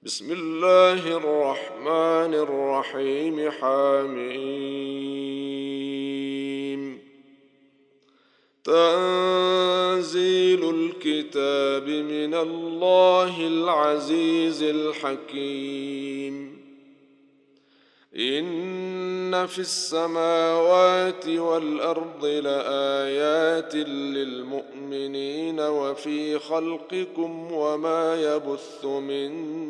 بسم الله الرحمن الرحيم. حميم. تنزيل الكتاب من الله العزيز الحكيم. إن في السماوات والأرض لآيات للمؤمنين وفي خلقكم وما يبث من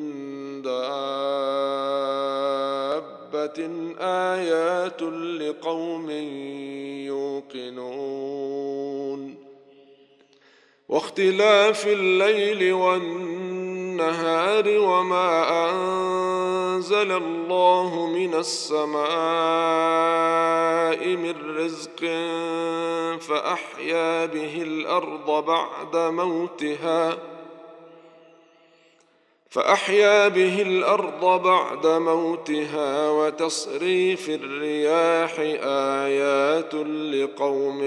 دابة آيات لقوم يوقنون. واختلاف الليل والنهار وما أنزل الله من السماء من رزق فأحيا به الأرض بعد موتها وتصريف الرياح آيات لقوم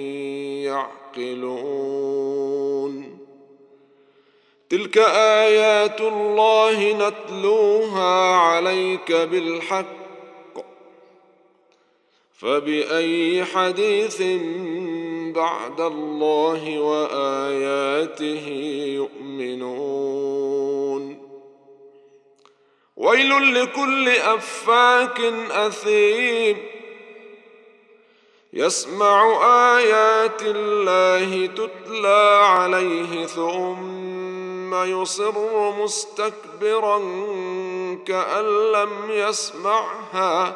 يعقلون. تلك آيات الله نتلوها عليك بالحق فبأي حديث بعد الله وآياته يؤمنون. ويل لكل أفاك أثيم يسمع آيات الله تتلى عليه ثم يصر مستكبرا كأن لم يسمعها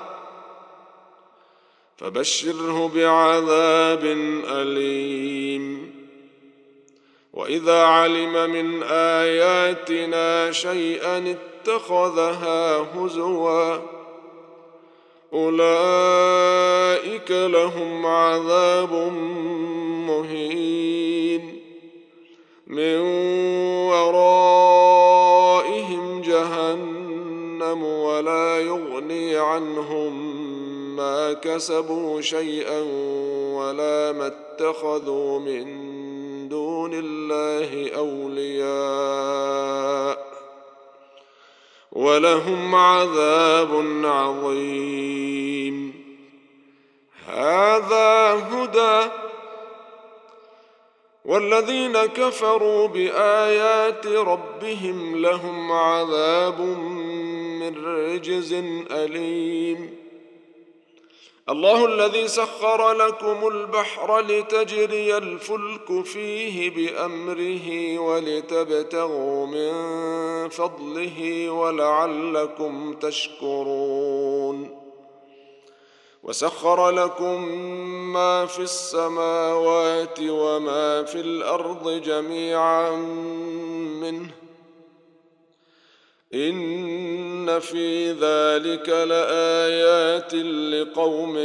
فبشره بعذاب أليم. وإذا علم من آياتنا شيئا اتخذها هزوا أولئك لهم عذاب مهين من ورائهم جهنم ولا يغني عنهم ما كسبوا شيئا ولا ما اتخذوا من دون الله أولياء ولهم عذاب عظيم. هذا هدى والذين كفروا بآيات ربهم لهم عذاب من رجز أليم. الله الذي سخر لكم البحر لتجري الفلك فيه بأمره ولتبتغوا من فضله ولعلكم تشكرون. وسخر لكم ما في السماوات وما في الأرض جميعا منه إن في ذلك لآيات لقوم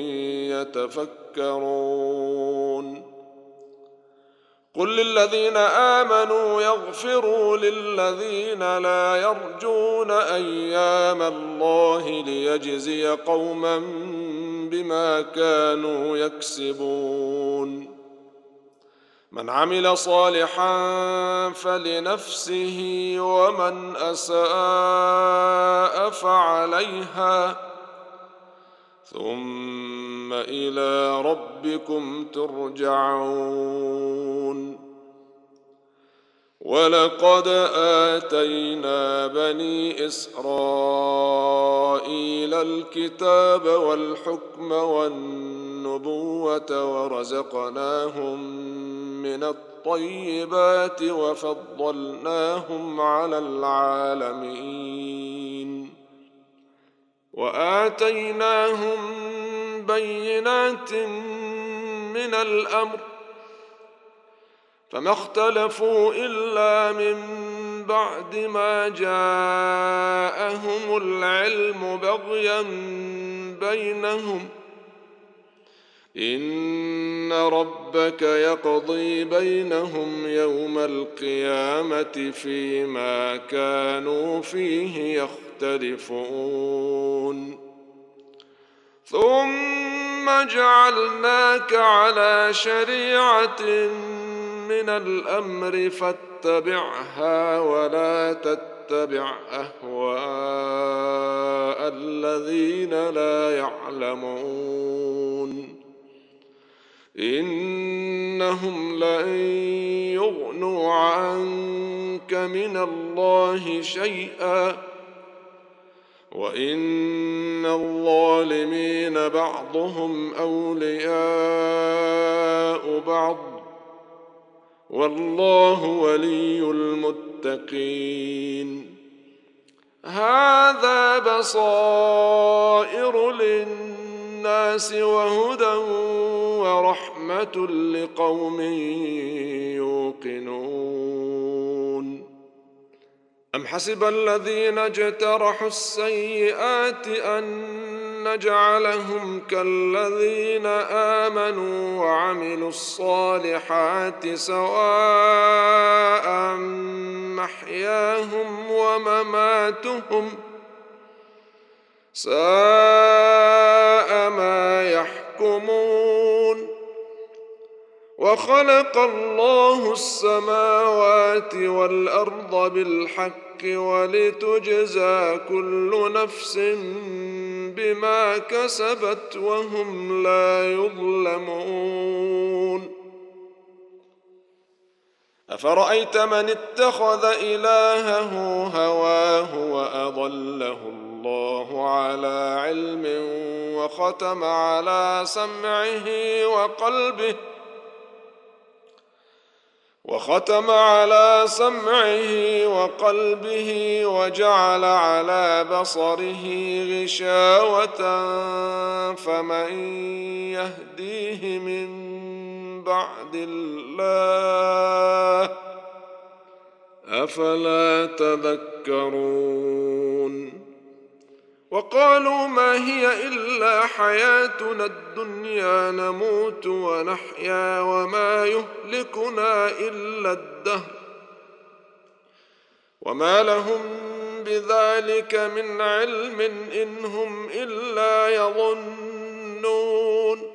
يتفكرون. قل للذين آمنوا يغفروا للذين لا يرجون أيام الله ليجزي قوما بما كانوا يكسبون. من عمل صالحا فلنفسه ومن أساء فعليها ثم إلى ربكم ترجعون. ولقد آتينا بني إسرائيل الكتاب والحكم والنبوة ورزقناهم من الطيبات وفضلناهم على العالمين وآتيناهم بينات من الأمر فما اختلفوا إلا من بعد ما جاءهم العلم بغيا بينهم إن ربك يقضي بينهم يوم القيامة فيما كانوا فيه يختلفون. ثم جعلناك على شريعة من الأمر فاتبعها ولا تتبع تتبع أهواء الذين لا يعلمون إنهم لن يغنوا عنك من الله شيئا وإن الظالمين بعضهم أولياء بعض والله ولي المتقين هذا بصائر للناس وهدى ورحمة لقوم يوقنون أم حسب الذين اجترحوا السيئات أن نجعلهم كالذين آمنوا وعملوا الصالحات سواء محياهم ومماتهم ساء ما يحكمون وخلق الله السماوات والأرض بالحق ولتجزى كل نفس بما كسبت وهم لا يظلمون أفرأيت من اتخذ إلهه هواه وأضله الله على علم وختم على سمعه وجعل على بصره غشاوة فمن يهديه من بعد الله أفلا تذكرون وقالوا ما هي إلا حياتنا الدنيا نموت ونحيا وما يهلكنا إلا الدهر وما لهم بذلك من علم إن هم إلا يظنون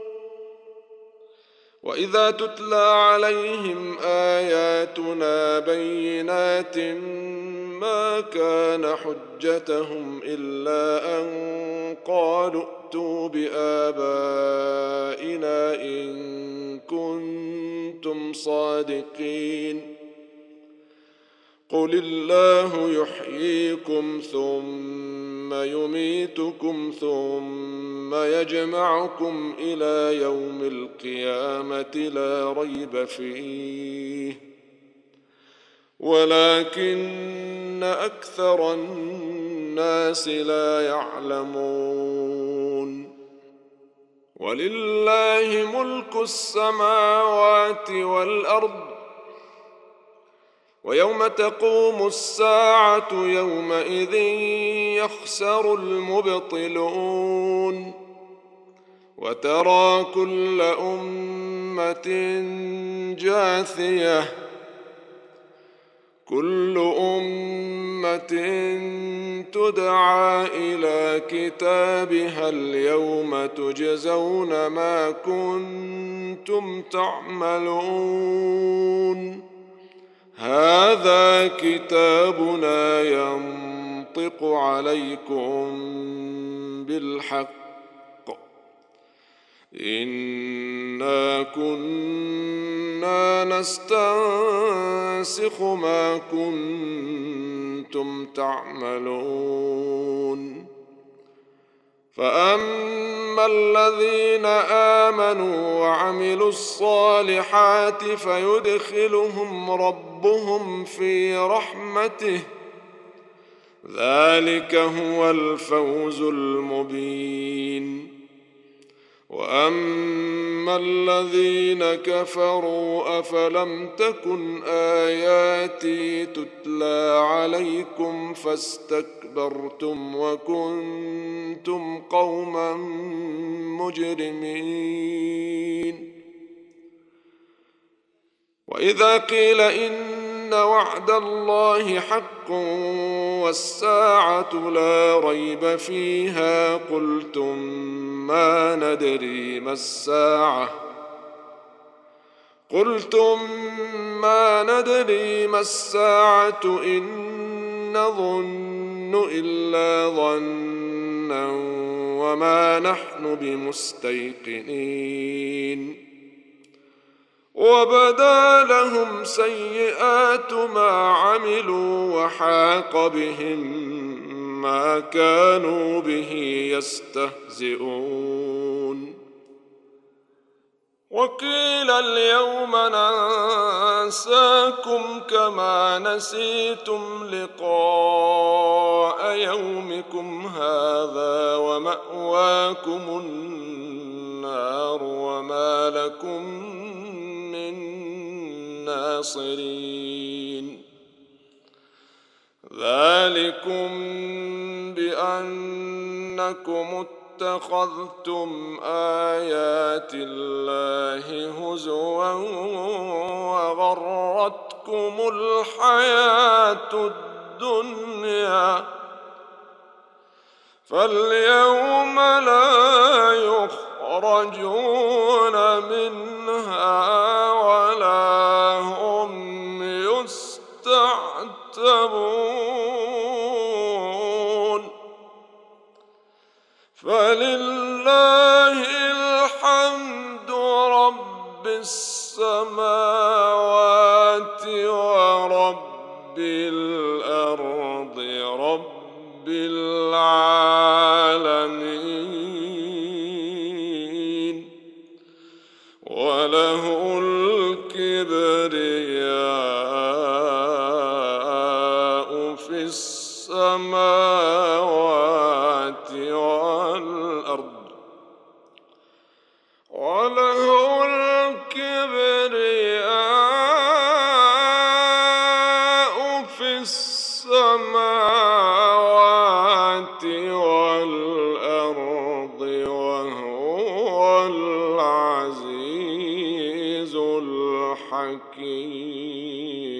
وإذا تتلى عليهم آياتنا بينات ما كان حجتهم إلا أن قالوا ائتوا بآبائنا إن كنتم صادقين قل الله يحييكم ثم يميتكم ثم يجمعكم إلى يوم القيامة لا ريب فيه ولكن أكثر الناس لا يعلمون ولله ملك السماوات والأرض ويوم تقوم الساعة يومئذ يخسر المبطلون وترى كل أمة جاثية كل أمة تدعى إلى كتابها اليوم تجزون ما كنتم تعملون هذا كتابنا ينطق عليكم بالحق إنا كنا نستنسخ ما كنتم تعملون فأما الذين آمنوا وعملوا الصالحات فيدخلهم ربهم في رحمته ذلك هو الفوز المبين وأما الذين كفروا أفلم تكن آياتي تتلى عليكم فاستكبرتم وكنتم قوما مجرمين وإذا قيل إن وعد الله حق والساعة لا ريب فيها قلتم ما ندري ما الساعة إن نظن إلا ظنا وما نحن بمستيقنين وبدا لهم سيئات ما عملوا وحاق بهم ما كانوا به يستهزئون وقيل اليوم ننساكم كما نسيتم لقاء يومكم هذا ومأواكم النار وما لكم من ناصرين ذلكم بأنكم اتخذتم آيات الله هزوا وغرتكم الحياة الدنيا فاليوم لا يخرجون منها ولا هم يستعتبون فلله الحمد رب السماوات ورب الأرض رب العالمين وله الكبرياء في السماوات والأرض وله الكبرياء في السماوات والأرض وهو العزيز الحكيم